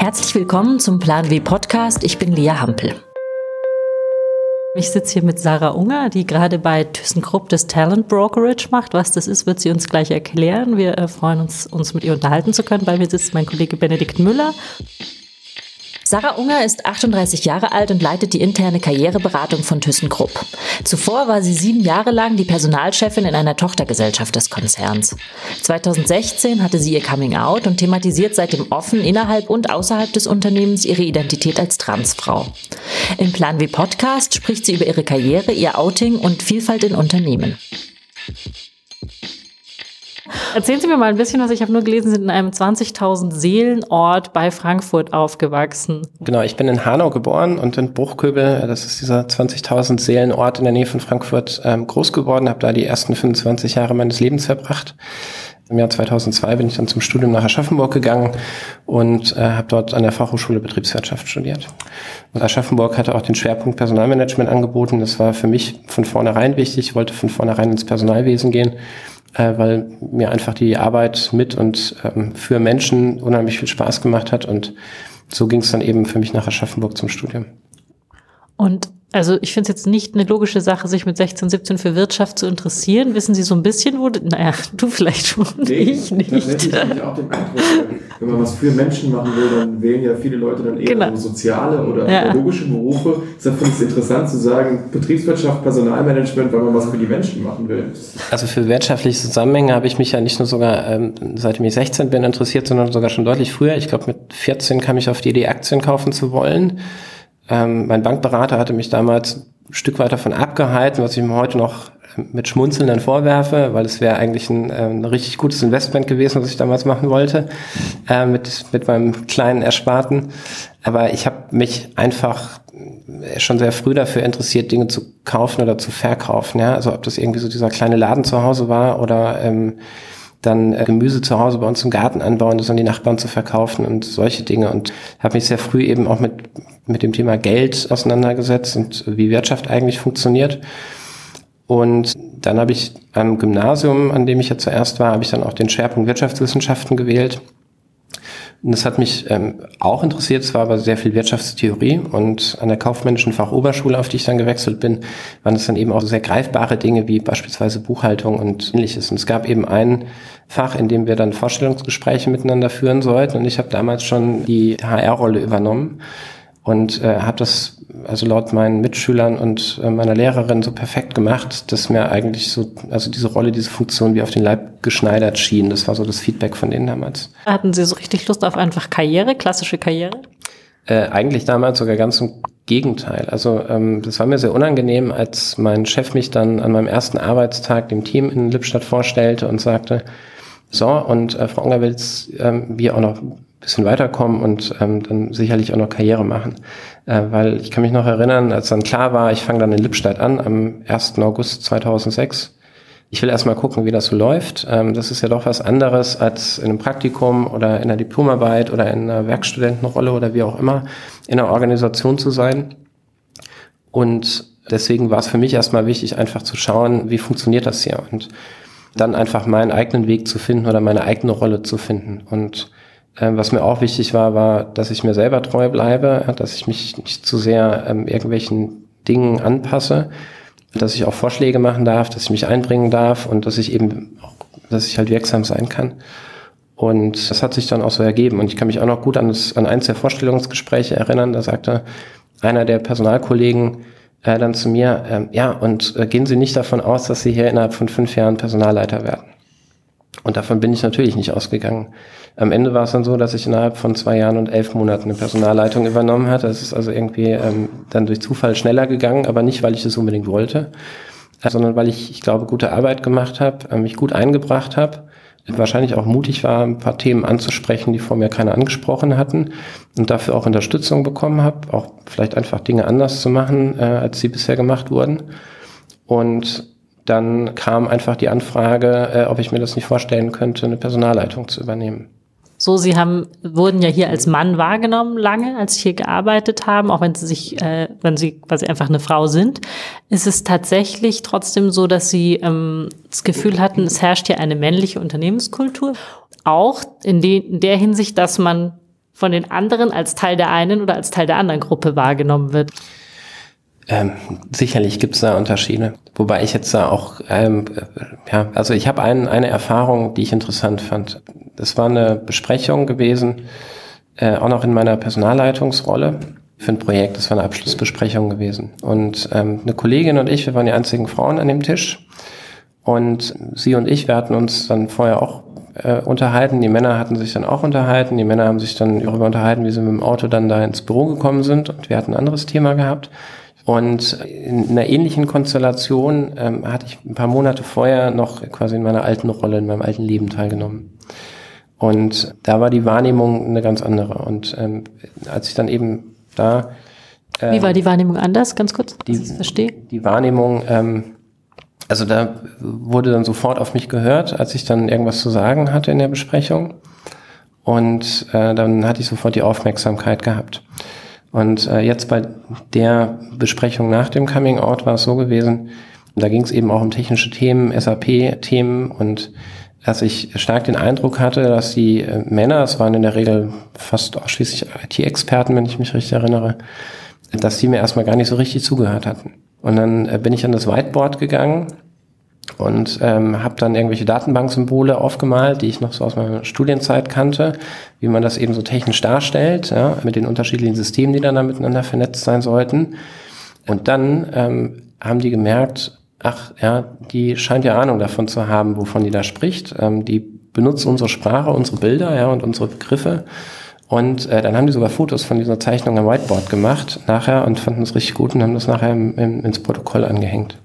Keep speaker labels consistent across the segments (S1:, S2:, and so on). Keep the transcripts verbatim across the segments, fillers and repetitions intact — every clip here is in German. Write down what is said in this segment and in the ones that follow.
S1: Herzlich willkommen zum Plan W Podcast. Ich bin Lea Hampel. Ich sitze hier mit Sarah Unger, die gerade bei ThyssenKrupp das Talent Brokerage macht. Was das ist, wird sie uns gleich erklären. Wir äh, freuen uns, uns mit ihr unterhalten zu können. Bei mir sitzt mein Kollege Benedikt Müller. Sarah Unger ist achtunddreißig Jahre alt und leitet die interne Karriereberatung von ThyssenKrupp. Zuvor war sie sieben Jahre lang die Personalchefin in einer Tochtergesellschaft des Konzerns. zweitausendsechzehn hatte sie ihr Coming-out und thematisiert seitdem offen innerhalb und außerhalb des Unternehmens ihre Identität als Transfrau. Im Plan W Podcast spricht sie über ihre Karriere, ihr Outing und Vielfalt in Unternehmen. Erzählen Sie mir mal ein bisschen was. Ich habe nur gelesen, Sie sind in einem zwanzigtausend Seelenort bei Frankfurt aufgewachsen.
S2: Genau, ich bin in Hanau geboren und in Bruchköbel, das ist dieser zwanzigtausend Seelenort in der Nähe von Frankfurt, ähm, groß geworden, habe da die ersten fünfundzwanzig Jahre meines Lebens verbracht. Im Jahr zweitausendzwei bin ich dann zum Studium nach Aschaffenburg gegangen und äh, habe dort an der Fachhochschule Betriebswirtschaft studiert. Und Aschaffenburg hatte auch den Schwerpunkt Personalmanagement angeboten. Das war für mich von vornherein wichtig. Ich wollte von vornherein ins Personalwesen gehen, äh, weil mir einfach die Arbeit mit und ähm, für Menschen unheimlich viel Spaß gemacht hat. Und so ging es dann eben für mich nach Aschaffenburg zum Studium.
S1: Und also ich finde es jetzt nicht eine logische Sache, sich mit sechzehn, siebzehn für Wirtschaft zu interessieren. Wissen Sie so ein bisschen, wo... Naja, du vielleicht schon, nee, ich nicht.
S3: Tatsächlich habe ich auch den Eindruck, wenn man was für Menschen machen will, dann wählen ja viele Leute dann eher genau. so soziale oder ja. pädagogische Berufe. Deshalb finde ich es interessant zu sagen, Betriebswirtschaft, Personalmanagement, weil man was für die Menschen machen will.
S2: Also für wirtschaftliche Zusammenhänge habe ich mich ja nicht nur sogar, ähm, seitdem ich sechzehn bin, interessiert, sondern sogar schon deutlich früher. Ich glaube, mit vierzehn kam ich auf die Idee, Aktien kaufen zu wollen. Ähm, mein Bankberater hatte mich damals ein Stück weit davon abgehalten, was ich ihm heute noch mit Schmunzeln dann vorwerfe, weil es wäre eigentlich ein, äh, ein richtig gutes Investment gewesen, was ich damals machen wollte, äh, mit mit meinem kleinen Ersparten. Aber ich habe mich einfach schon sehr früh dafür interessiert, Dinge zu kaufen oder zu verkaufen. Ja, also ob das irgendwie so dieser kleine Laden zu Hause war oder ähm, dann äh, Gemüse zu Hause bei uns im Garten anbauen, das an die Nachbarn zu verkaufen und solche Dinge. Und habe mich sehr früh eben auch mit mit dem Thema Geld auseinandergesetzt und wie Wirtschaft eigentlich funktioniert. Und dann habe ich am Gymnasium, an dem ich ja zuerst war, habe ich dann auch den Schwerpunkt Wirtschaftswissenschaften gewählt. Und das hat mich ähm, auch interessiert, es war aber sehr viel Wirtschaftstheorie. Und an der kaufmännischen Fachoberschule, auf die ich dann gewechselt bin, waren es dann eben auch sehr greifbare Dinge wie beispielsweise Buchhaltung und ähnliches. Und es gab eben ein Fach, in dem wir dann Vorstellungsgespräche miteinander führen sollten. Und ich habe damals schon die H R-Rolle übernommen. Und äh, habe das also laut meinen Mitschülern und äh, meiner Lehrerin so perfekt gemacht, dass mir eigentlich so, also diese Rolle, diese Funktion wie auf den Leib geschneidert schien. Das war so das Feedback von denen damals.
S1: Hatten Sie so richtig Lust auf einfach Karriere, klassische Karriere?
S2: Äh, eigentlich damals sogar ganz im Gegenteil. Also ähm, das war mir sehr unangenehm, als mein Chef mich dann an meinem ersten Arbeitstag dem Team in Lippstadt vorstellte und sagte, so, und äh, Frau Unger will jetzt ähm, wir auch noch bisschen weiterkommen und ähm, dann sicherlich auch noch Karriere machen. Äh, weil ich kann mich noch erinnern, als dann klar war, ich fange dann in Lippstadt an, am ersten August zweitausendsechs. Ich will erst mal gucken, wie das so läuft. Ähm, das ist ja doch was anderes, als in einem Praktikum oder in einer Diplomarbeit oder in einer Werkstudentenrolle oder wie auch immer in einer Organisation zu sein. Und deswegen war es für mich erstmal wichtig, einfach zu schauen, wie funktioniert das hier und dann einfach meinen eigenen Weg zu finden oder meine eigene Rolle zu finden. Und was mir auch wichtig war, war, dass ich mir selber treu bleibe, dass ich mich nicht zu sehr ähm, irgendwelchen Dingen anpasse, dass ich auch Vorschläge machen darf, dass ich mich einbringen darf und dass ich eben auch, dass ich halt wirksam sein kann. Und das hat sich dann auch so ergeben. Und ich kann mich auch noch gut an, das, an eins der Vorstellungsgespräche erinnern, da sagte einer der Personalkollegen äh, dann zu mir, äh, ja, und äh, gehen Sie nicht davon aus, dass Sie hier innerhalb von fünf Jahren Personalleiter werden. Und davon bin ich natürlich nicht ausgegangen. Am Ende war es dann so, dass ich innerhalb von zwei Jahren und elf Monaten eine Personalleitung übernommen hatte. Das ist also irgendwie ähm, dann durch Zufall schneller gegangen, aber nicht, weil ich es unbedingt wollte, äh, sondern weil ich, ich glaube, gute Arbeit gemacht habe, äh, mich gut eingebracht habe, wahrscheinlich auch mutig war, ein paar Themen anzusprechen, die vor mir keiner angesprochen hatten und dafür auch Unterstützung bekommen habe, auch vielleicht einfach Dinge anders zu machen, äh, als sie bisher gemacht wurden. Und dann kam einfach die Anfrage, äh, ob ich mir das nicht vorstellen könnte, eine Personalleitung zu übernehmen.
S1: So, Sie haben, wurden ja hier als Mann wahrgenommen lange, als Sie hier gearbeitet haben, auch wenn Sie sich, äh, wenn Sie quasi einfach eine Frau sind. Ist es tatsächlich trotzdem so, dass Sie ähm, das Gefühl hatten, es herrscht hier eine männliche Unternehmenskultur? Auch in, de, in der Hinsicht, dass man von den anderen als Teil der einen oder als Teil der anderen Gruppe wahrgenommen wird?
S2: Ähm, sicherlich gibt es da Unterschiede. Wobei ich jetzt da auch, ähm, ja, also ich habe ein, eine Erfahrung, die ich interessant fand. Das war eine Besprechung gewesen, äh, auch noch in meiner Personalleitungsrolle für ein Projekt. Das war eine Abschlussbesprechung gewesen. Und ähm, eine Kollegin und ich, wir waren die einzigen Frauen an dem Tisch. Und sie und ich, wir hatten uns dann vorher auch äh, unterhalten. Die Männer hatten sich dann auch unterhalten. Die Männer haben sich dann darüber unterhalten, wie sie mit dem Auto dann da ins Büro gekommen sind. Und wir hatten ein anderes Thema gehabt. Und in einer ähnlichen Konstellation ähm, hatte ich ein paar Monate vorher noch quasi in meiner alten Rolle, in meinem alten Leben teilgenommen. Und da war die Wahrnehmung eine ganz andere. Und ähm, als ich dann eben da... Ähm,
S1: Wie war die Wahrnehmung anders? Ganz kurz, dass
S2: die,
S1: ich es verstehe.
S2: Die Wahrnehmung, ähm, also da wurde dann sofort auf mich gehört, als ich dann irgendwas zu sagen hatte in der Besprechung. Und äh, dann hatte ich sofort die Aufmerksamkeit gehabt. Und äh, jetzt bei der Besprechung nach dem Coming Out war es so gewesen, da ging es eben auch um technische Themen, S A P-Themen, und dass ich stark den Eindruck hatte, dass die äh, Männer, es waren in der Regel fast ausschließlich I T-Experten, wenn ich mich richtig erinnere, dass die mir erstmal gar nicht so richtig zugehört hatten. Und dann äh, bin ich an das Whiteboard gegangen und ähm, habe dann irgendwelche Datenbanksymbole aufgemalt, die ich noch so aus meiner Studienzeit kannte, wie man das eben so technisch darstellt, ja, mit den unterschiedlichen Systemen, die dann da miteinander vernetzt sein sollten. Und dann ähm, haben die gemerkt, ach ja, die scheint ja Ahnung davon zu haben, wovon die da spricht. Ähm, die benutzt unsere Sprache, unsere Bilder, ja, und unsere Begriffe. Und äh, dann haben die sogar Fotos von dieser Zeichnung am Whiteboard gemacht nachher und fanden es richtig gut und haben das nachher im, im, ins Protokoll angehängt.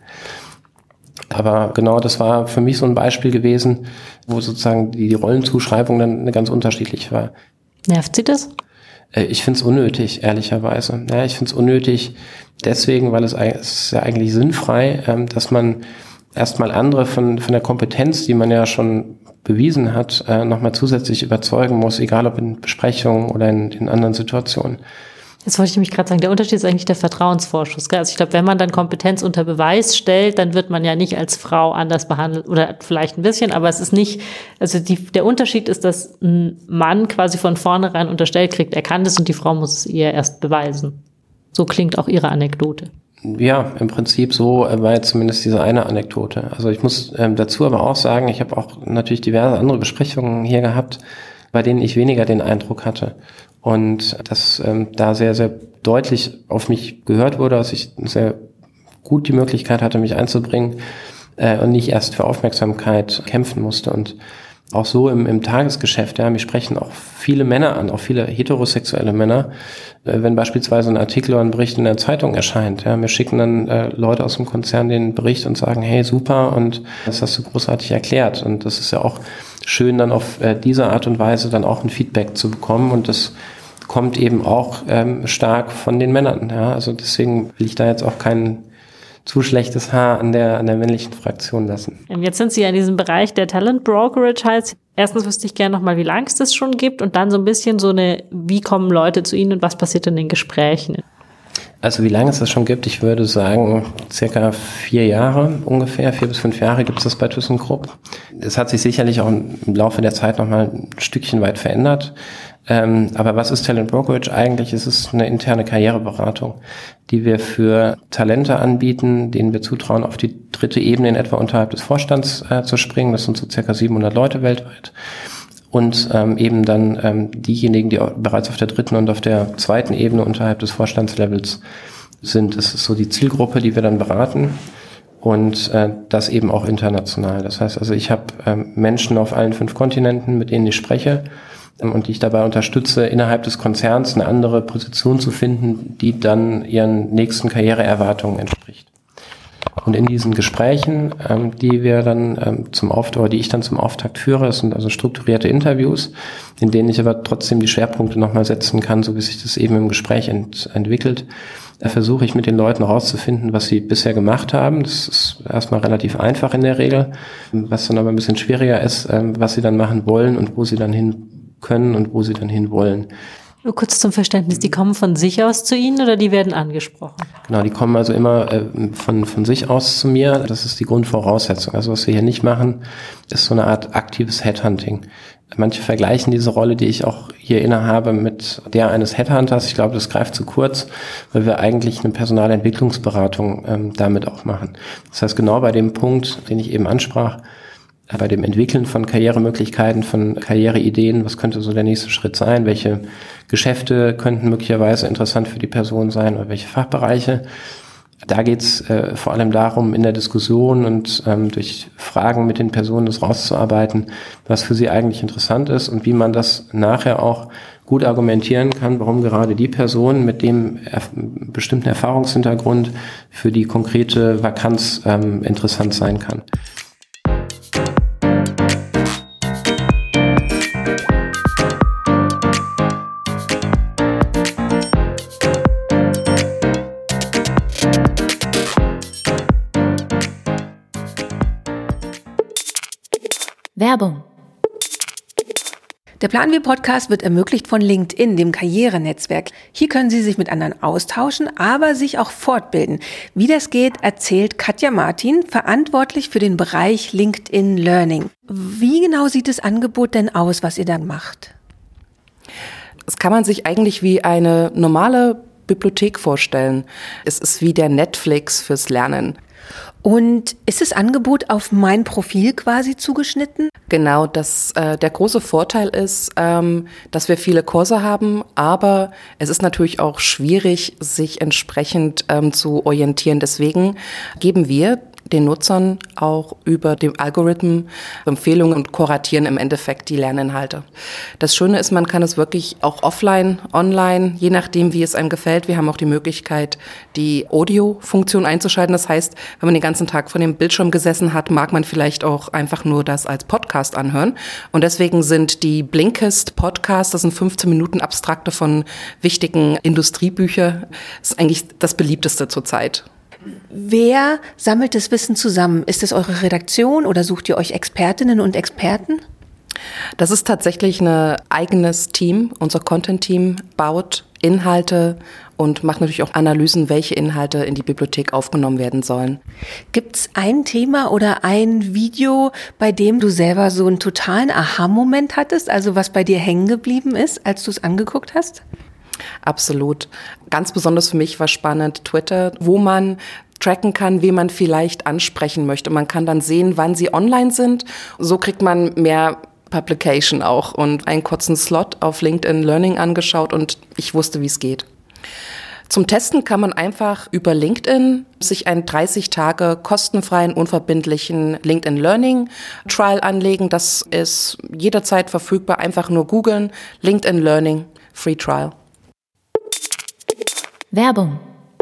S2: Aber genau, das war für mich so ein Beispiel gewesen, wo sozusagen die, die Rollenzuschreibung dann eine ganz unterschiedlich war.
S1: Nervt Sie das?
S2: Äh, ich finde es unnötig, ehrlicherweise. Ja, ich finde es unnötig deswegen, weil es, es ist ja eigentlich sinnfrei, ähm, dass man erstmal andere von, von der Kompetenz, die man ja schon bewiesen hat, äh, nochmal zusätzlich überzeugen muss, egal ob in Besprechungen oder in, in anderen Situationen.
S1: Jetzt wollte ich nämlich gerade sagen, der Unterschied ist eigentlich der Vertrauensvorschuss. Gell? Also ich glaube, wenn man dann Kompetenz unter Beweis stellt, dann wird man ja nicht als Frau anders behandelt oder vielleicht ein bisschen, aber es ist nicht, also die, der Unterschied ist, dass ein Mann quasi von vornherein unterstellt kriegt, er kann das und die Frau muss es ihr erst beweisen. So klingt auch Ihre Anekdote.
S2: Ja, im Prinzip so war jetzt zumindest diese eine Anekdote. Also ich muss ähm, dazu aber auch sagen, ich habe auch natürlich diverse andere Besprechungen hier gehabt, bei denen ich weniger den Eindruck hatte. Und dass ähm, da sehr, sehr deutlich auf mich gehört wurde, dass ich sehr gut die Möglichkeit hatte, mich einzubringen äh, und nicht erst für Aufmerksamkeit kämpfen musste. Und auch so im, im Tagesgeschäft, ja, mich sprechen auch viele Männer an, auch viele heterosexuelle Männer, äh, wenn beispielsweise ein Artikel oder ein Bericht in der Zeitung erscheint. Ja, mir schicken dann äh, Leute aus dem Konzern den Bericht und sagen, hey, super, und das hast du großartig erklärt. Und das ist ja auch schön, dann auf äh, diese Art und Weise dann auch ein Feedback zu bekommen, und das kommt eben auch ähm, stark von den Männern. Ja, also deswegen will ich da jetzt auch keinen zu schlechtes Haar an der, an der männlichen Fraktion lassen.
S1: Und jetzt sind Sie ja in diesem Bereich der Talent Brokerage halt. Erstens wüsste ich gerne nochmal, wie lange es das schon gibt, und dann so ein bisschen so eine, wie kommen Leute zu Ihnen und was passiert in den Gesprächen?
S2: Also wie lange es das schon gibt, ich würde sagen, circa vier Jahre ungefähr, vier bis fünf Jahre gibt es das bei ThyssenKrupp. Es hat sich sicherlich auch im Laufe der Zeit nochmal ein Stückchen weit verändert. Ähm, aber was ist Talent Brokerage eigentlich? Es ist eine interne Karriereberatung, die wir für Talente anbieten, denen wir zutrauen, auf die dritte Ebene in etwa unterhalb des Vorstands äh, zu springen. Das sind so circa siebenhundert Leute weltweit. Und ähm, eben dann ähm, diejenigen, die bereits auf der dritten und auf der zweiten Ebene unterhalb des Vorstandslevels sind. Das ist so die Zielgruppe, die wir dann beraten. Und äh, das eben auch international. Das heißt also, ich habe ähm, Menschen auf allen fünf Kontinenten, mit denen ich spreche, und die ich dabei unterstütze, innerhalb des Konzerns eine andere Position zu finden, die dann ihren nächsten Karriereerwartungen entspricht. Und in diesen Gesprächen, ähm, die wir dann ähm, zum Auftakt, oder die ich dann zum Auftakt führe, das sind also strukturierte Interviews, in denen ich aber trotzdem die Schwerpunkte nochmal setzen kann, so wie sich das eben im Gespräch ent- entwickelt. Da versuche ich mit den Leuten herauszufinden, was sie bisher gemacht haben. Das ist erstmal relativ einfach in der Regel, was dann aber ein bisschen schwieriger ist, ähm, was sie dann machen wollen und wo sie dann hin können und wo sie dann hin wollen.
S1: Nur kurz zum Verständnis, die kommen von sich aus zu Ihnen oder die werden angesprochen?
S2: Genau, die kommen also immer äh, von, von sich aus zu mir. Das ist die Grundvoraussetzung. Also was wir hier nicht machen, ist so eine Art aktives Headhunting. Manche vergleichen diese Rolle, die ich auch hier innehabe, mit der eines Headhunters. Ich glaube, das greift zu kurz, weil wir eigentlich eine Personalentwicklungsberatung ähm, damit auch machen. Das heißt, genau bei dem Punkt, den ich eben ansprach, bei dem Entwickeln von Karrieremöglichkeiten, von Karriereideen, was könnte so der nächste Schritt sein, welche Geschäfte könnten möglicherweise interessant für die Person sein oder welche Fachbereiche. Da geht's äh, vor allem darum, in der Diskussion und ähm, durch Fragen mit den Personen das rauszuarbeiten, was für sie eigentlich interessant ist und wie man das nachher auch gut argumentieren kann, warum gerade die Person mit dem erf- bestimmten Erfahrungshintergrund für die konkrete Vakanz ähm, interessant sein kann.
S4: Werbung. Der Plan W Podcast wird ermöglicht von LinkedIn, dem Karrierenetzwerk. Hier können Sie sich mit anderen austauschen, aber sich auch fortbilden. Wie das geht, erzählt Katja Martin, verantwortlich für den Bereich LinkedIn Learning. Wie genau sieht das Angebot denn aus, was ihr dann macht?
S5: Das kann man sich eigentlich wie eine normale Bibliothek vorstellen. Es ist wie der Netflix fürs Lernen.
S4: Und ist das Angebot auf mein Profil quasi zugeschnitten?
S5: Genau, das, äh, der große Vorteil ist, ähm, dass wir viele Kurse haben, aber es ist natürlich auch schwierig, sich entsprechend ähm, zu orientieren. Deswegen geben wir den Nutzern auch über den Algorithmen Empfehlungen und kuratieren im Endeffekt die Lerninhalte. Das Schöne ist, man kann es wirklich auch offline, online, je nachdem, wie es einem gefällt. Wir haben auch die Möglichkeit, die Audio-Funktion einzuschalten. Das heißt, wenn man den ganzen Tag vor dem Bildschirm gesessen hat, mag man vielleicht auch einfach nur das als Podcast anhören. Und deswegen sind die Blinkist-Podcasts, das sind fünfzehn Minuten Abstrakte von wichtigen Industriebüchern, das ist eigentlich das beliebteste zurzeit.
S4: Wer sammelt das Wissen zusammen? Ist es eure Redaktion oder sucht ihr euch Expertinnen und Experten?
S5: Das ist tatsächlich ein eigenes Team. Unser Content-Team baut Inhalte und macht natürlich auch Analysen, welche Inhalte in die Bibliothek aufgenommen werden sollen.
S4: Gibt es ein Thema oder ein Video, bei dem du selber so einen totalen Aha-Moment hattest, also was bei dir hängen geblieben ist, als du es angeguckt hast?
S5: Absolut. Ganz besonders für mich war spannend Twitter, wo man tracken kann, wen man vielleicht ansprechen möchte. Man kann dann sehen, wann sie online sind. So kriegt man mehr Publication auch und einen kurzen Slot auf LinkedIn Learning angeschaut und ich wusste, wie es geht. Zum Testen kann man einfach über LinkedIn sich einen dreißig Tage kostenfreien, unverbindlichen LinkedIn Learning Trial anlegen. Das ist jederzeit verfügbar. Einfach nur googeln, LinkedIn Learning Free Trial.
S4: Werbung.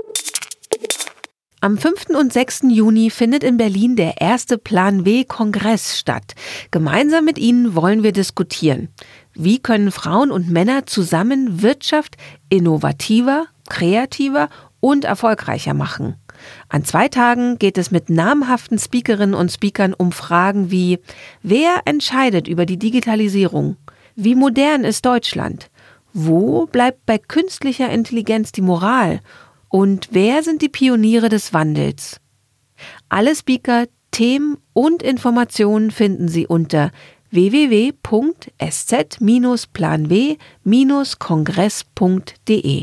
S4: Am fünften und sechsten Juni findet in Berlin der erste Plan W-Kongress statt. Gemeinsam mit Ihnen wollen wir diskutieren. Wie können Frauen und Männer zusammen Wirtschaft innovativer, kreativer und erfolgreicher machen? An zwei Tagen geht es mit namhaften Speakerinnen und Speakern um Fragen wie: Wer entscheidet über die Digitalisierung? Wie modern ist Deutschland? Wo bleibt bei künstlicher Intelligenz die Moral? Und wer sind die Pioniere des Wandels? Alle Speaker, Themen und Informationen finden Sie unter w w w punkt s z bindestrich plan w bindestrich kongress punkt d e.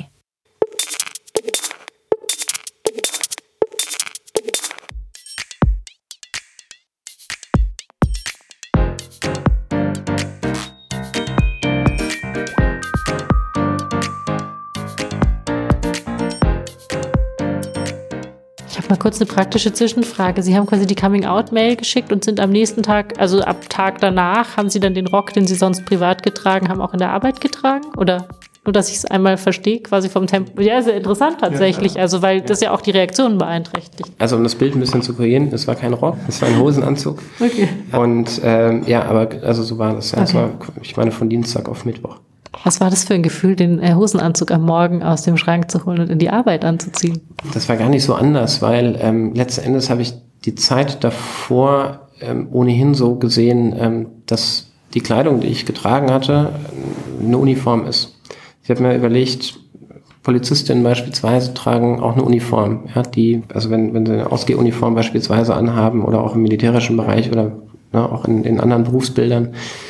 S1: Mal kurz eine praktische Zwischenfrage. Sie haben quasi die Coming-out-Mail geschickt und sind am nächsten Tag, also ab Tag danach, haben Sie dann den Rock, den Sie sonst privat getragen haben, auch in der Arbeit getragen? Oder nur, dass ich es einmal verstehe, quasi vom Tempo? Ja, sehr interessant tatsächlich, ja, ja. Also weil ja. das ja auch die Reaktionen beeinträchtigt.
S2: Also um das Bild ein bisschen zu korrigieren, es war kein Rock, es war ein Hosenanzug. Okay. Und ähm, ja, aber also so war das. Ja. Okay. Es war, ich meine, von Dienstag auf Mittwoch.
S1: Was war das für ein Gefühl, den Hosenanzug am Morgen aus dem Schrank zu holen und in die Arbeit anzuziehen?
S2: Das war gar nicht so anders, weil ähm, letzten Endes habe ich die Zeit davor ähm, ohnehin so gesehen, ähm, dass die Kleidung, die ich getragen hatte, eine Uniform ist. Ich habe mir überlegt, Polizistinnen beispielsweise tragen auch eine Uniform, ja, die, also wenn, wenn sie eine Ausgehuniform beispielsweise anhaben oder auch im militärischen Bereich oder ne, auch in, in anderen Berufsbildern,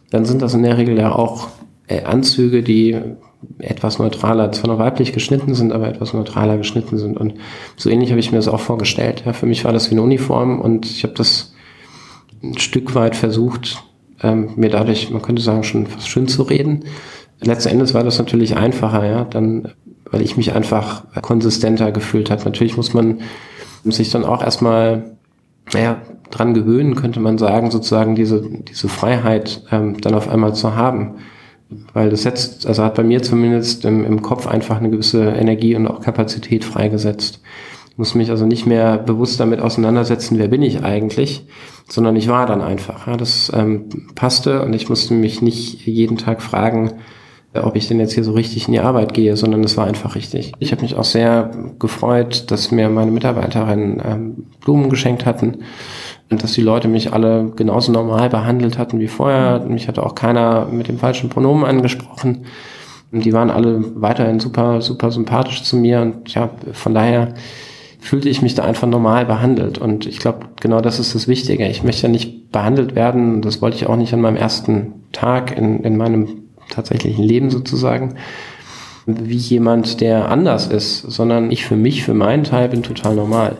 S2: dann sind das in der Regel ja auch äh, Anzüge, die etwas neutraler, zwar noch weiblich geschnitten sind, aber etwas neutraler geschnitten sind. Und so ähnlich habe ich mir das auch vorgestellt. Ja, für mich war das wie eine Uniform und ich habe das ein Stück weit versucht, ähm, mir dadurch, man könnte sagen, schon fast schön zu reden. Letzten Endes war das natürlich einfacher, ja, dann, weil ich mich einfach konsistenter gefühlt habe. Natürlich muss man sich dann auch erstmal, naja, dran gewöhnen, könnte man sagen, sozusagen diese, diese Freiheit ähm, dann auf einmal zu haben. Weil das setzt, also hat bei mir zumindest im, im Kopf einfach eine gewisse Energie und auch Kapazität freigesetzt. Ich muss mich also nicht mehr bewusst damit auseinandersetzen, wer bin ich eigentlich, sondern ich war dann einfach. Ja, das ähm, passte und ich musste mich nicht jeden Tag fragen, ob ich denn jetzt hier so richtig in die Arbeit gehe, sondern es war einfach richtig. Ich habe mich auch sehr gefreut, dass mir meine Mitarbeiterinnen ähm, Blumen geschenkt hatten und dass die Leute mich alle genauso normal behandelt hatten wie vorher. Mich hatte auch keiner mit dem falschen Pronomen angesprochen. Und die waren alle weiterhin super, super sympathisch zu mir und ja, von daher fühlte ich mich da einfach normal behandelt. Und ich glaube, genau das ist das Wichtige. Ich möchte ja nicht behandelt werden, das wollte ich auch nicht an meinem ersten Tag in, in meinem tatsächlichen Leben sozusagen, wie jemand, der anders ist, sondern ich für mich, für meinen Teil bin total normal.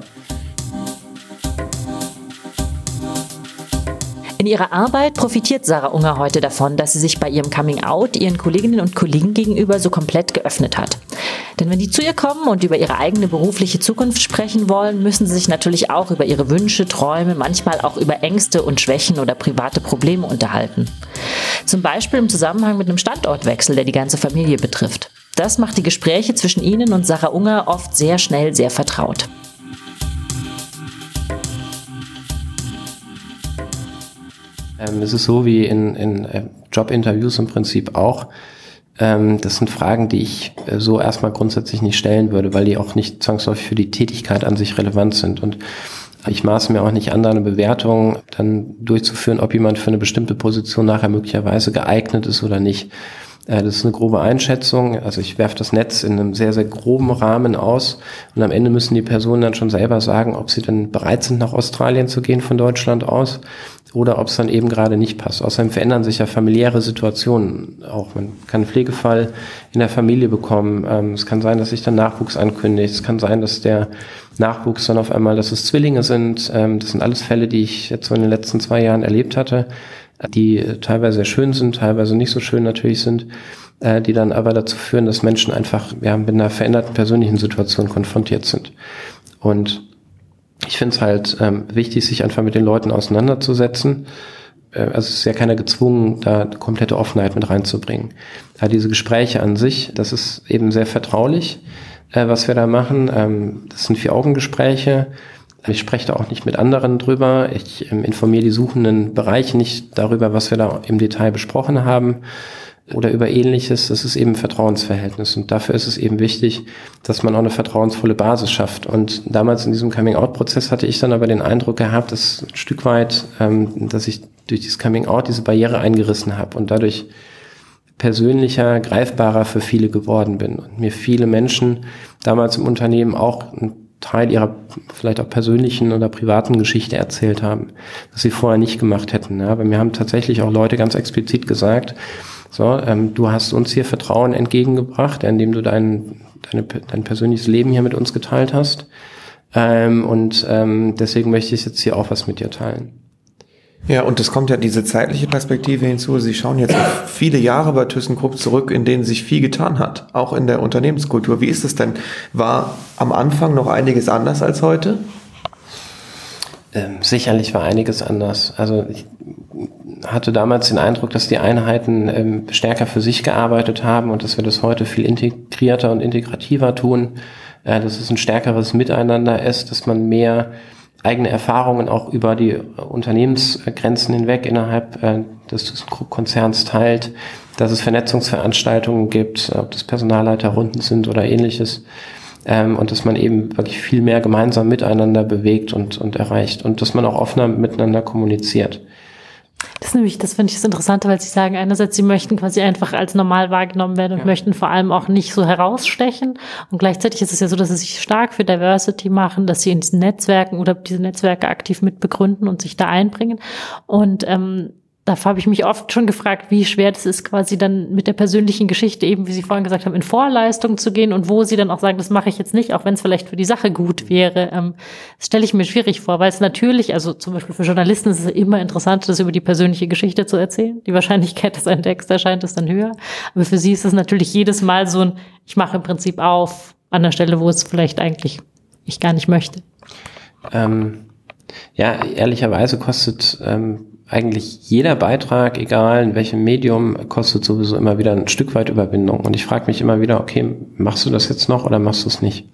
S1: In ihrer Arbeit profitiert Sarah Unger heute davon, dass sie sich bei ihrem Coming-out ihren Kolleginnen und Kollegen gegenüber so komplett geöffnet hat. Denn wenn die zu ihr kommen und über ihre eigene berufliche Zukunft sprechen wollen, müssen sie sich natürlich auch über ihre Wünsche, Träume, manchmal auch über Ängste und Schwächen oder private Probleme unterhalten. Zum Beispiel im Zusammenhang mit einem Standortwechsel, der die ganze Familie betrifft. Das macht die Gespräche zwischen ihnen und Sarah Unger oft sehr schnell sehr vertraut.
S2: Ähm, es ist so wie in, in äh, Jobinterviews im Prinzip auch. Ähm, das sind Fragen, die ich äh, so erstmal grundsätzlich nicht stellen würde, weil die auch nicht zwangsläufig für die Tätigkeit an sich relevant sind. Und ich maße mir auch nicht an, da eine Bewertung dann durchzuführen, ob jemand für eine bestimmte Position nachher möglicherweise geeignet ist oder nicht. Äh, das ist eine grobe Einschätzung. Also ich werfe das Netz in einem sehr, sehr groben Rahmen aus und am Ende müssen die Personen dann schon selber sagen, ob sie denn bereit sind, nach Australien zu gehen von Deutschland aus oder ob es dann eben gerade nicht passt. Außerdem verändern sich ja familiäre Situationen auch. Man kann einen Pflegefall in der Familie bekommen. Ähm, es kann sein, dass sich dann Nachwuchs ankündigt. Es kann sein, dass der Nachwuchs dann auf einmal, dass es Zwillinge sind. Ähm, das sind alles Fälle, die ich jetzt so in den letzten zwei Jahren erlebt hatte, die teilweise sehr schön sind, teilweise nicht so schön natürlich sind, äh, die dann aber dazu führen, dass Menschen einfach ja, mit einer veränderten persönlichen Situation konfrontiert sind. Und ich finde es halt ähm, wichtig, sich einfach mit den Leuten auseinanderzusetzen. Äh, also es ist ja keiner gezwungen, da komplette Offenheit mit reinzubringen. Ja, diese Gespräche an sich, das ist eben sehr vertraulich, äh, was wir da machen. Ähm, das sind Vier-Augen-Gespräche. Ich spreche da auch nicht mit anderen drüber. Ich ähm, informiere die suchenden Bereiche nicht darüber, was wir da im Detail besprochen haben oder über Ähnliches. Das ist eben ein Vertrauensverhältnis und dafür ist es eben wichtig, dass man auch eine vertrauensvolle Basis schafft. Und damals in diesem Coming-out-Prozess hatte ich dann aber den Eindruck gehabt, dass ein Stück weit, ähm, dass ich durch dieses Coming-out diese Barriere eingerissen habe und dadurch persönlicher, greifbarer für viele geworden bin und mir viele Menschen damals im Unternehmen auch ein Teil ihrer vielleicht auch persönlichen oder privaten Geschichte erzählt haben, was sie vorher nicht gemacht hätten. Ja, aber mir haben tatsächlich auch Leute ganz explizit gesagt, so, ähm, du hast uns hier Vertrauen entgegengebracht, indem du dein, deine, dein persönliches Leben hier mit uns geteilt hast. Ähm, und ähm, deswegen möchte ich jetzt hier auch was mit dir teilen.
S3: Ja, und es kommt ja diese zeitliche Perspektive hinzu. Sie schauen jetzt auf viele Jahre bei ThyssenKrupp zurück, in denen sich viel getan hat, auch in der Unternehmenskultur. Wie ist es denn? War am Anfang noch einiges anders als heute?
S2: Ähm, sicherlich war einiges anders. Also ich hatte damals den Eindruck, dass die Einheiten ähm, stärker für sich gearbeitet haben und dass wir das heute viel integrierter und integrativer tun, äh, dass es ein stärkeres Miteinander ist, dass man mehr eigene Erfahrungen auch über die Unternehmensgrenzen hinweg innerhalb äh, des ThyssenKrupp-Konzerns teilt, dass es Vernetzungsveranstaltungen gibt, ob das Personalleiterrunden sind oder ähnliches, ähm, und dass man eben wirklich viel mehr gemeinsam miteinander bewegt und, und erreicht und dass man auch offener miteinander kommuniziert.
S1: Das ist nämlich, das finde ich das Interessante, weil Sie sagen, einerseits, Sie möchten quasi einfach als normal wahrgenommen werden und ja. möchten vor allem auch nicht so herausstechen. Und gleichzeitig ist es ja so, dass Sie sich stark für Diversity machen, dass Sie in diesen Netzwerken oder diese Netzwerke aktiv mitbegründen und sich da einbringen. Und ähm, da habe ich mich oft schon gefragt, wie schwer das ist, quasi dann mit der persönlichen Geschichte eben, wie Sie vorhin gesagt haben, in Vorleistung zu gehen und wo Sie dann auch sagen, das mache ich jetzt nicht, auch wenn es vielleicht für die Sache gut wäre. Ähm, das stelle ich mir schwierig vor, weil es natürlich, also zum Beispiel für Journalisten ist es immer interessant, das über die persönliche Geschichte zu erzählen. Die Wahrscheinlichkeit, dass ein Text erscheint, ist dann höher. Aber für Sie ist es natürlich jedes Mal so ein, ich mache im Prinzip auf an der Stelle, wo es vielleicht eigentlich ich gar nicht möchte.
S2: Ähm, ja, ehrlicherweise kostet ähm, eigentlich jeder Beitrag, egal in welchem Medium, kostet sowieso immer wieder ein Stück weit Überwindung. Und ich frage mich immer wieder, okay, machst du das jetzt noch oder machst du es nicht?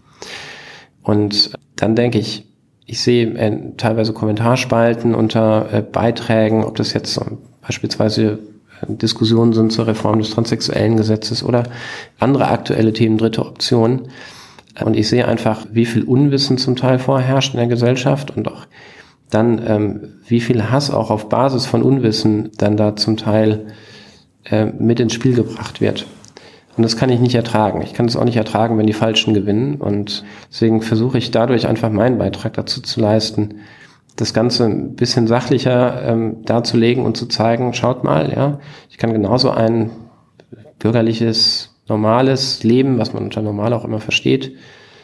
S2: Und dann denke ich, ich sehe äh, teilweise Kommentarspalten unter äh, Beiträgen, ob das jetzt äh, beispielsweise äh, Diskussionen sind zur Reform des transsexuellen Gesetzes oder andere aktuelle Themen, dritte Optionen. Und ich sehe einfach, wie viel Unwissen zum Teil vorherrscht in der Gesellschaft und auch dann, ähm, wie viel Hass auch auf Basis von Unwissen dann da zum Teil äh, mit ins Spiel gebracht wird. Und das kann ich nicht ertragen. Ich kann es auch nicht ertragen, wenn die Falschen gewinnen. Und deswegen versuche ich dadurch einfach meinen Beitrag dazu zu leisten, das Ganze ein bisschen sachlicher ähm, darzulegen und zu zeigen, schaut mal, ja, ich kann genauso ein bürgerliches, normales Leben, was man unter normal auch immer versteht,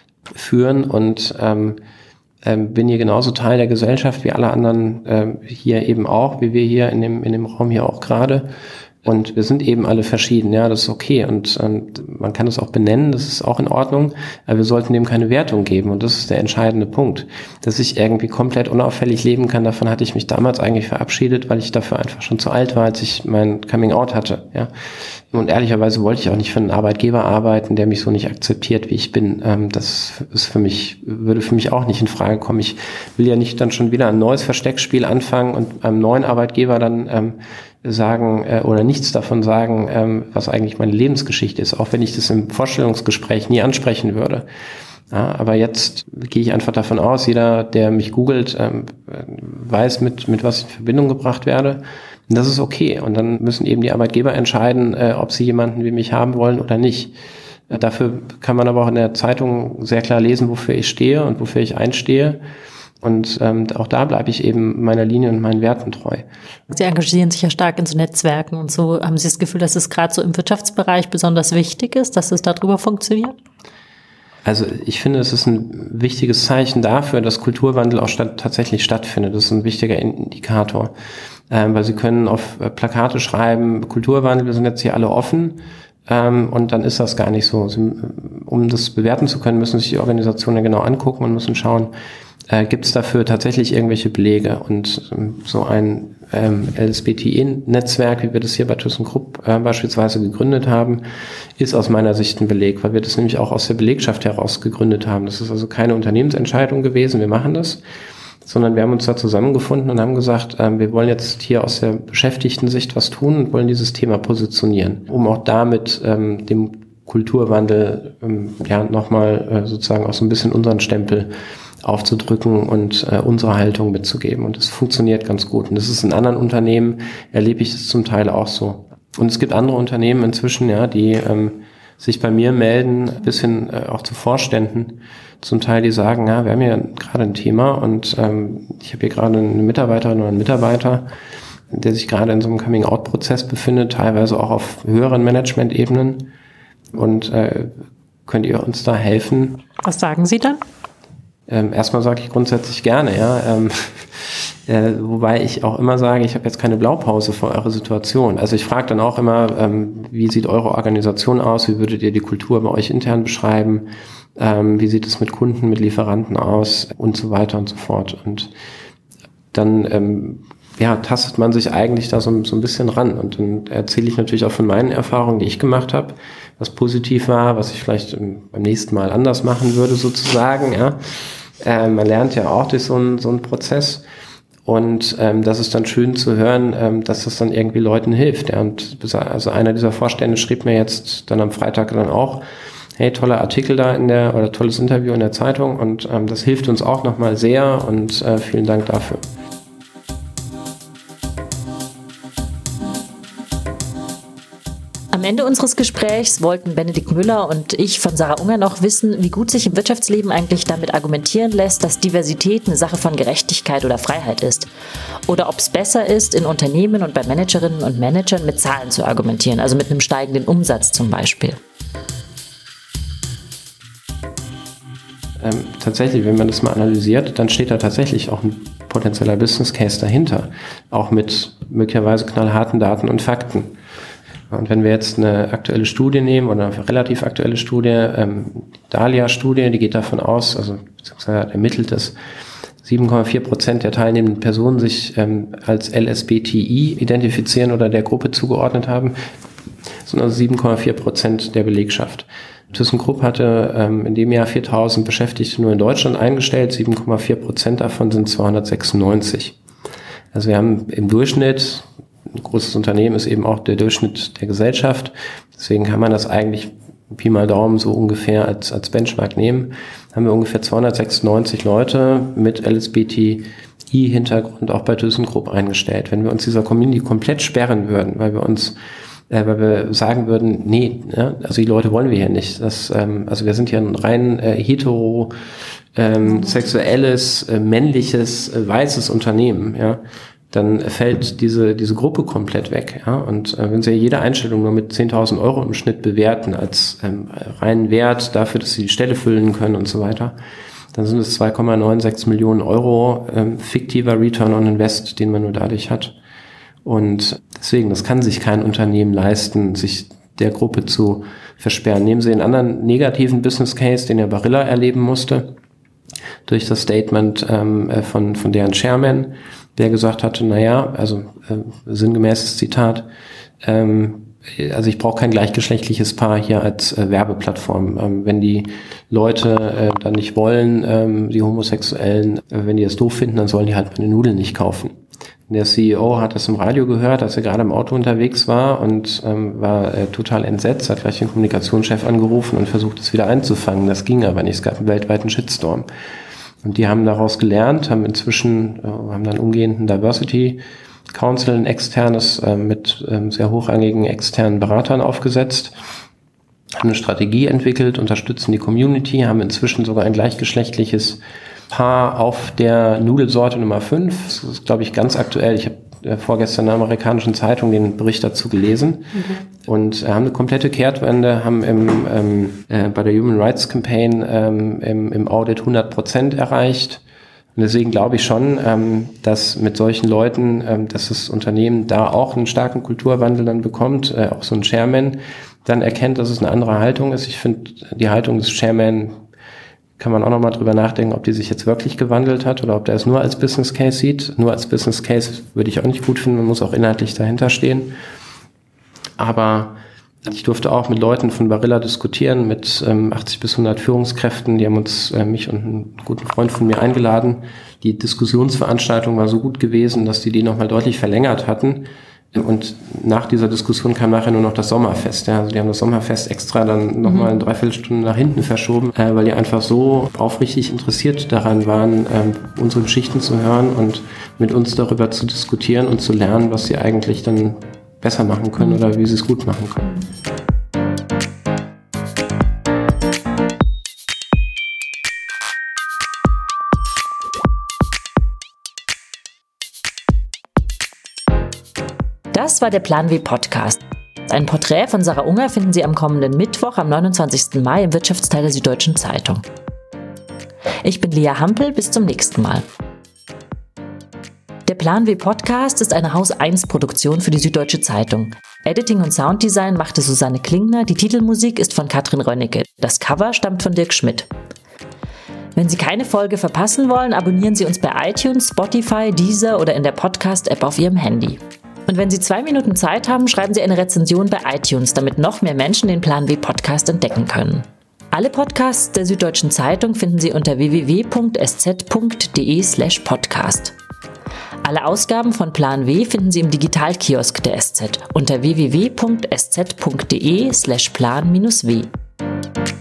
S2: führen und ähm, ähm, bin hier genauso Teil der Gesellschaft wie alle anderen ähm, hier eben auch, wie wir hier in dem in dem Raum hier auch gerade. Und wir sind eben alle verschieden, ja, das ist okay und, und man kann es auch benennen, das ist auch in Ordnung, aber wir sollten dem keine Wertung geben und das ist der entscheidende Punkt, dass ich irgendwie komplett unauffällig leben kann, davon hatte ich mich damals eigentlich verabschiedet, weil ich dafür einfach schon zu alt war, als ich mein Coming-out hatte, ja. Und ehrlicherweise wollte ich auch nicht für einen Arbeitgeber arbeiten, der mich so nicht akzeptiert, wie ich bin. Ähm, das ist für mich, würde für mich auch nicht in Frage kommen. Ich will ja nicht dann schon wieder ein neues Versteckspiel anfangen und einem neuen Arbeitgeber dann ähm, sagen äh, oder nichts davon sagen, ähm, was eigentlich meine Lebensgeschichte ist, auch wenn ich das im Vorstellungsgespräch nie ansprechen würde. Ja, aber jetzt gehe ich einfach davon aus, jeder, der mich googelt, ähm, weiß, mit, mit was ich in Verbindung gebracht werde. Und das ist okay. Und dann müssen eben die Arbeitgeber entscheiden, äh, ob sie jemanden wie mich haben wollen oder nicht. Äh, dafür kann man aber auch in der Zeitung sehr klar lesen, wofür ich stehe und wofür ich einstehe. Und ähm, auch da bleibe ich eben meiner Linie und meinen Werten treu.
S1: Sie engagieren sich ja stark in so Netzwerken und so. Haben Sie das Gefühl, dass es gerade so im Wirtschaftsbereich besonders wichtig ist, dass es darüber funktioniert?
S2: Also ich finde, es ist ein wichtiges Zeichen dafür, dass Kulturwandel auch statt, tatsächlich stattfindet. Das ist ein wichtiger Indikator, ähm, weil Sie können auf Plakate schreiben, Kulturwandel, wir sind jetzt hier alle offen, ähm, und dann ist das gar nicht so. Sie, um das bewerten zu können, müssen sich die Organisationen genau angucken und müssen schauen, äh, gibt es dafür tatsächlich irgendwelche Belege. Und ähm, so ein ähm, L S B T I-Netzwerk, wie wir das hier bei ThyssenKrupp äh, beispielsweise gegründet haben, ist aus meiner Sicht ein Beleg, weil wir das nämlich auch aus der Belegschaft heraus gegründet haben. Das ist also keine Unternehmensentscheidung gewesen, wir machen das, sondern wir haben uns da zusammengefunden und haben gesagt, äh, wir wollen jetzt hier aus der Beschäftigten-Sicht was tun und wollen dieses Thema positionieren, um auch damit ähm, dem Kulturwandel ähm, ja nochmal äh, sozusagen auch so ein bisschen unseren Stempel aufzudrücken und äh, unsere Haltung mitzugeben. Und das funktioniert ganz gut. Und das ist in anderen Unternehmen, erlebe ich das zum Teil auch so. Und es gibt andere Unternehmen inzwischen, ja, die ähm, sich bei mir melden, bis hin äh, auch zu Vorständen, zum Teil, die sagen, ja, wir haben hier gerade ein Thema und ähm, ich habe hier gerade eine Mitarbeiterin oder einen Mitarbeiter, der sich gerade in so einem Coming-out-Prozess befindet, teilweise auch auf höheren Management-Ebenen. Und äh, könnt ihr uns da helfen?
S1: Was sagen Sie dann?
S2: Ähm, erstmal sage ich grundsätzlich gerne, ja. Ähm, äh, wobei ich auch immer sage, ich habe jetzt keine Blaupause für eure Situation. Also ich frage dann auch immer, ähm, wie sieht eure Organisation aus? Wie würdet ihr die Kultur bei euch intern beschreiben? Ähm, wie sieht es mit Kunden, mit Lieferanten aus? Und so weiter und so fort. Und dann ähm, ja, tastet man sich eigentlich da so, so ein bisschen ran. Und dann erzähle ich natürlich auch von meinen Erfahrungen, die ich gemacht habe, was positiv war, was ich vielleicht beim nächsten Mal anders machen würde sozusagen, ja. Äh, man lernt ja auch durch so einen, so einen Prozess und ähm, das ist dann schön zu hören, ähm, dass das dann irgendwie Leuten hilft. Ja. Und also einer dieser Vorstände schrieb mir jetzt dann am Freitag dann auch, hey, toller Artikel da in der, oder tolles Interview in der Zeitung und ähm, das hilft uns auch nochmal sehr und äh, vielen Dank dafür.
S1: Am Ende unseres Gesprächs wollten Benedikt Müller und ich von Sarah Unger noch wissen, wie gut sich im Wirtschaftsleben eigentlich damit argumentieren lässt, dass Diversität eine Sache von Gerechtigkeit oder Freiheit ist. Oder ob es besser ist, in Unternehmen und bei Managerinnen und Managern mit Zahlen zu argumentieren, also mit einem steigenden Umsatz zum Beispiel.
S2: Ähm, tatsächlich, wenn man das mal analysiert, dann steht da tatsächlich auch ein potenzieller Business Case dahinter. Auch mit möglicherweise knallharten Daten und Fakten. Und wenn wir jetzt eine aktuelle Studie nehmen oder eine relativ aktuelle Studie, ähm, die Dahlia-Studie, die geht davon aus, also beziehungsweise ermittelt, dass sieben Komma vier Prozent der teilnehmenden Personen sich ähm, als L S B T I identifizieren oder der Gruppe zugeordnet haben. Das sind also sieben Komma vier Prozent der Belegschaft. ThyssenKrupp hatte ähm, in dem Jahr viertausend Beschäftigte nur in Deutschland eingestellt, sieben Komma vier Prozent davon sind zweihundertsechsundneunzig. Also wir haben im Durchschnitt, ein großes Unternehmen ist eben auch der Durchschnitt der Gesellschaft. Deswegen kann man das eigentlich Pi mal Daumen so ungefähr als, als Benchmark nehmen. Haben wir ungefähr zweihundertsechsundneunzig Leute mit L S B T I-Hintergrund auch bei ThyssenKrupp eingestellt. Wenn wir uns dieser Community komplett sperren würden, weil wir uns, äh, weil wir sagen würden, nee, ja, also die Leute wollen wir hier nicht. Das, ähm, also wir sind hier ein rein äh, hetero, ähm, sexuelles, äh, männliches, äh, weißes Unternehmen, ja. Dann fällt diese diese Gruppe komplett weg. Ja? Und äh, wenn Sie jede Einstellung nur mit zehntausend Euro im Schnitt bewerten als ähm, reinen Wert dafür, dass Sie die Stelle füllen können und so weiter, dann sind es zwei Komma sechsundneunzig Millionen Euro ähm, fiktiver Return on Invest, den man nur dadurch hat. Und deswegen, das kann sich kein Unternehmen leisten, sich der Gruppe zu versperren. Nehmen Sie einen anderen negativen Business Case, den ja Barilla erleben musste, durch das Statement ähm, von von deren Chairman, der gesagt hatte, naja, also äh, sinngemäßes Zitat, ähm, also ich brauche kein gleichgeschlechtliches Paar hier als äh, Werbeplattform. Ähm, wenn die Leute äh, dann nicht wollen, ähm, die Homosexuellen, äh, wenn die das doof finden, dann sollen die halt meine Nudeln nicht kaufen. Der C E O hat das im Radio gehört, als er gerade im Auto unterwegs war und ähm, war äh, total entsetzt, hat gleich den Kommunikationschef angerufen und versucht, es wieder einzufangen. Das ging aber nicht, es gab einen weltweiten Shitstorm. Und die haben daraus gelernt, haben inzwischen, äh, haben dann umgehend ein Diversity Council, ein externes, äh, mit ähm, sehr hochrangigen externen Beratern aufgesetzt, haben eine Strategie entwickelt, unterstützen die Community, haben inzwischen sogar ein gleichgeschlechtliches Paar auf der Nudelsorte Nummer fünf. Das ist, glaube ich, ganz aktuell. Ich habe äh, vorgestern in der amerikanischen Zeitung den Bericht dazu gelesen. Mhm. Und äh, haben eine komplette Kehrtwende, haben im, ähm, äh, bei der Human Rights Campaign ähm, im, im Audit hundert Prozent erreicht. Und deswegen glaube ich schon, ähm, dass mit solchen Leuten, ähm, dass das Unternehmen da auch einen starken Kulturwandel dann bekommt, äh, auch so ein Chairman dann erkennt, dass es eine andere Haltung ist. Ich finde, die Haltung des Chairman kann man auch nochmal drüber nachdenken, ob die sich jetzt wirklich gewandelt hat oder ob der es nur als Business Case sieht. Nur als Business Case würde ich auch nicht gut finden, man muss auch inhaltlich dahinter stehen. Aber ich durfte auch mit Leuten von Barilla diskutieren, mit ähm, achtzig bis hundert Führungskräften. Die haben uns, äh, mich und einen guten Freund von mir eingeladen. Die Diskussionsveranstaltung war so gut gewesen, dass die die nochmal deutlich verlängert hatten. Und nach dieser Diskussion kam nachher nur noch das Sommerfest. Ja. Also die haben das Sommerfest extra dann nochmal eine Dreiviertelstunde nach hinten verschoben, äh, weil die einfach so aufrichtig interessiert daran waren, äh, unsere Geschichten zu hören und mit uns darüber zu diskutieren und zu lernen, was sie eigentlich dann besser machen können oder wie sie es gut machen können.
S1: Das war der Plan W Podcast. Ein Porträt von Sarah Unger finden Sie am kommenden Mittwoch, am neunundzwanzigsten Mai im Wirtschaftsteil der Süddeutschen Zeitung. Ich bin Lea Hampel, bis zum nächsten Mal. Der Plan W Podcast ist eine Haus eins Produktion für die Süddeutsche Zeitung. Editing und Sounddesign machte Susanne Klingner, die Titelmusik ist von Katrin Rönnecke, das Cover stammt von Dirk Schmidt. Wenn Sie keine Folge verpassen wollen, abonnieren Sie uns bei iTunes, Spotify, Deezer oder in der Podcast-App auf Ihrem Handy. Und wenn Sie zwei Minuten Zeit haben, schreiben Sie eine Rezension bei iTunes, damit noch mehr Menschen den Plan W Podcast entdecken können. Alle Podcasts der Süddeutschen Zeitung finden Sie unter w w w punkt s z punkt d e slash podcast. Alle Ausgaben von Plan W finden Sie im Digitalkiosk der S Z unter w w w punkt s z punkt d e slash plan w.